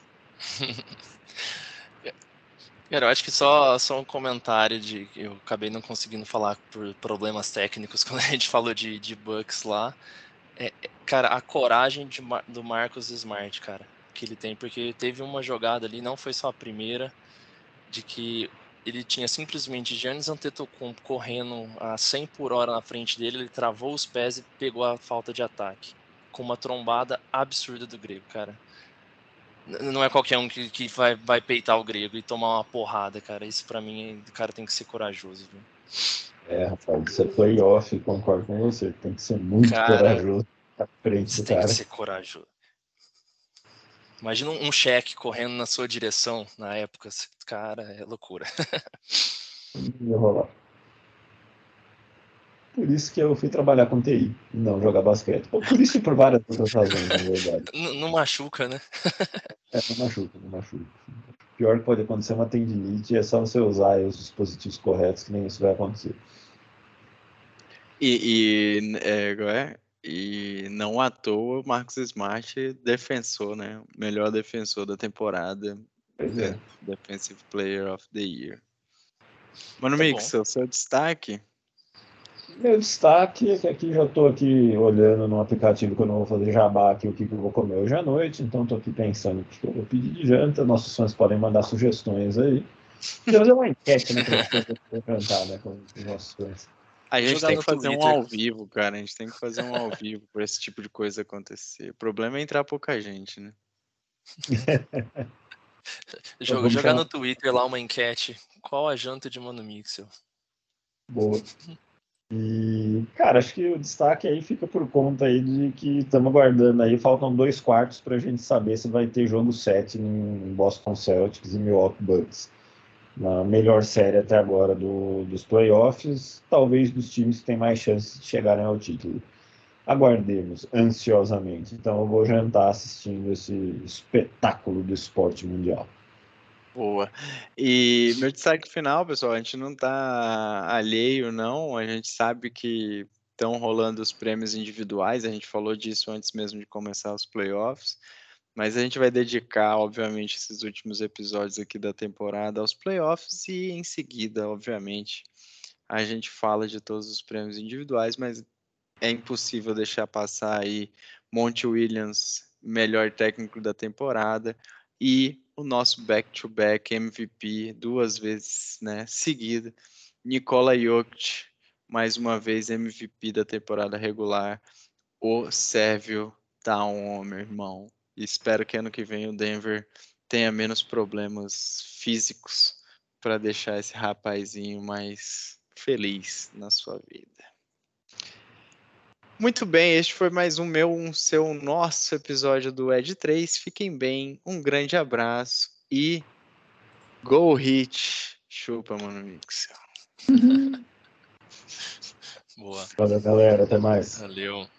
Cara, eu acho que só, só um comentário de que eu acabei não conseguindo falar por problemas técnicos quando a gente falou de, de Bucks lá. É, é, cara, a coragem de, Mar- do Marcus Smart, cara, que ele tem, porque teve uma jogada ali, não foi só a primeira, de que ele tinha simplesmente Giannis Antetokounmpo correndo a cem por hora na frente dele, ele travou os pés e pegou a falta de ataque, com uma trombada absurda do grego, cara. N- Não é qualquer um que, que vai, vai peitar o grego e tomar uma porrada, cara. Isso pra mim, o cara tem que ser corajoso, viu? É, rapaz, isso é playoff, concordo com você. Tem que ser muito Cara, corajoso à frente você do tem que cara. ser corajoso. Imagina um cheque correndo na sua direção na época. Cara, é loucura. Não ia rolar. Por isso que eu fui trabalhar com T I, e não jogar basquete. Por por isso e por várias outras razões, na verdade. N- Não machuca, né? É, não machuca, não machuca. O pior que pode acontecer é uma tendinite, é só você usar os dispositivos corretos, que nem isso vai acontecer. E, e, é, igual é? E não à toa o Marcus Smart defensor, né? O melhor defensor da temporada. Pois de- é. Defensive Player of the Year. Mano Tá Mix, bom. seu, seu destaque? Meu destaque é que aqui já estou aqui olhando no aplicativo que eu não vou fazer jabá aqui o que, que eu vou comer hoje à noite, então estou aqui pensando o que que eu vou pedir de janta. Nossos fãs podem mandar sugestões aí. Podia fazer uma enquete, né, para gente jantar, né, com os nossos fãs. A gente Jogar tem no que fazer um Twitter. ao vivo, cara. A gente tem que fazer um ao vivo para esse tipo de coisa acontecer. O problema é entrar pouca gente, né? Então, jo- vamos Jogar chamar no Twitter lá uma enquete. Qual a janta de Mano Mixel? boa. E, cara, acho que o destaque aí fica por conta aí de que estamos aguardando aí, faltam dois quartos para a gente saber se vai ter jogo sete em Boston Celtics e Milwaukee Bucks. Na melhor série até agora do, dos playoffs, talvez dos times que têm mais chances de chegarem ao título. Aguardemos ansiosamente. Então eu vou jantar assistindo esse espetáculo do esporte mundial. Boa. E meu destaque final, pessoal, a gente não tá alheio, não. A gente sabe que estão rolando os prêmios individuais, a gente falou disso antes mesmo de começar os playoffs, mas a gente vai dedicar, obviamente, esses últimos episódios aqui da temporada aos playoffs e em seguida, obviamente, a gente fala de todos os prêmios individuais, mas é impossível deixar passar aí Monty Williams, melhor técnico da temporada, e o nosso back-to-back M V P, duas vezes, né, seguida, Nikola Jokic, mais uma vez M V P da temporada regular, o Sérvio Town, meu irmão. E espero que ano que vem o Denver tenha menos problemas físicos para deixar esse rapazinho mais feliz na sua vida. Muito bem, este foi mais um meu, um seu, um nosso episódio do Ed três. Fiquem bem, um grande abraço e Go Hit! Chupa, Mano Mix. Boa. Valeu, galera. Até mais. Valeu.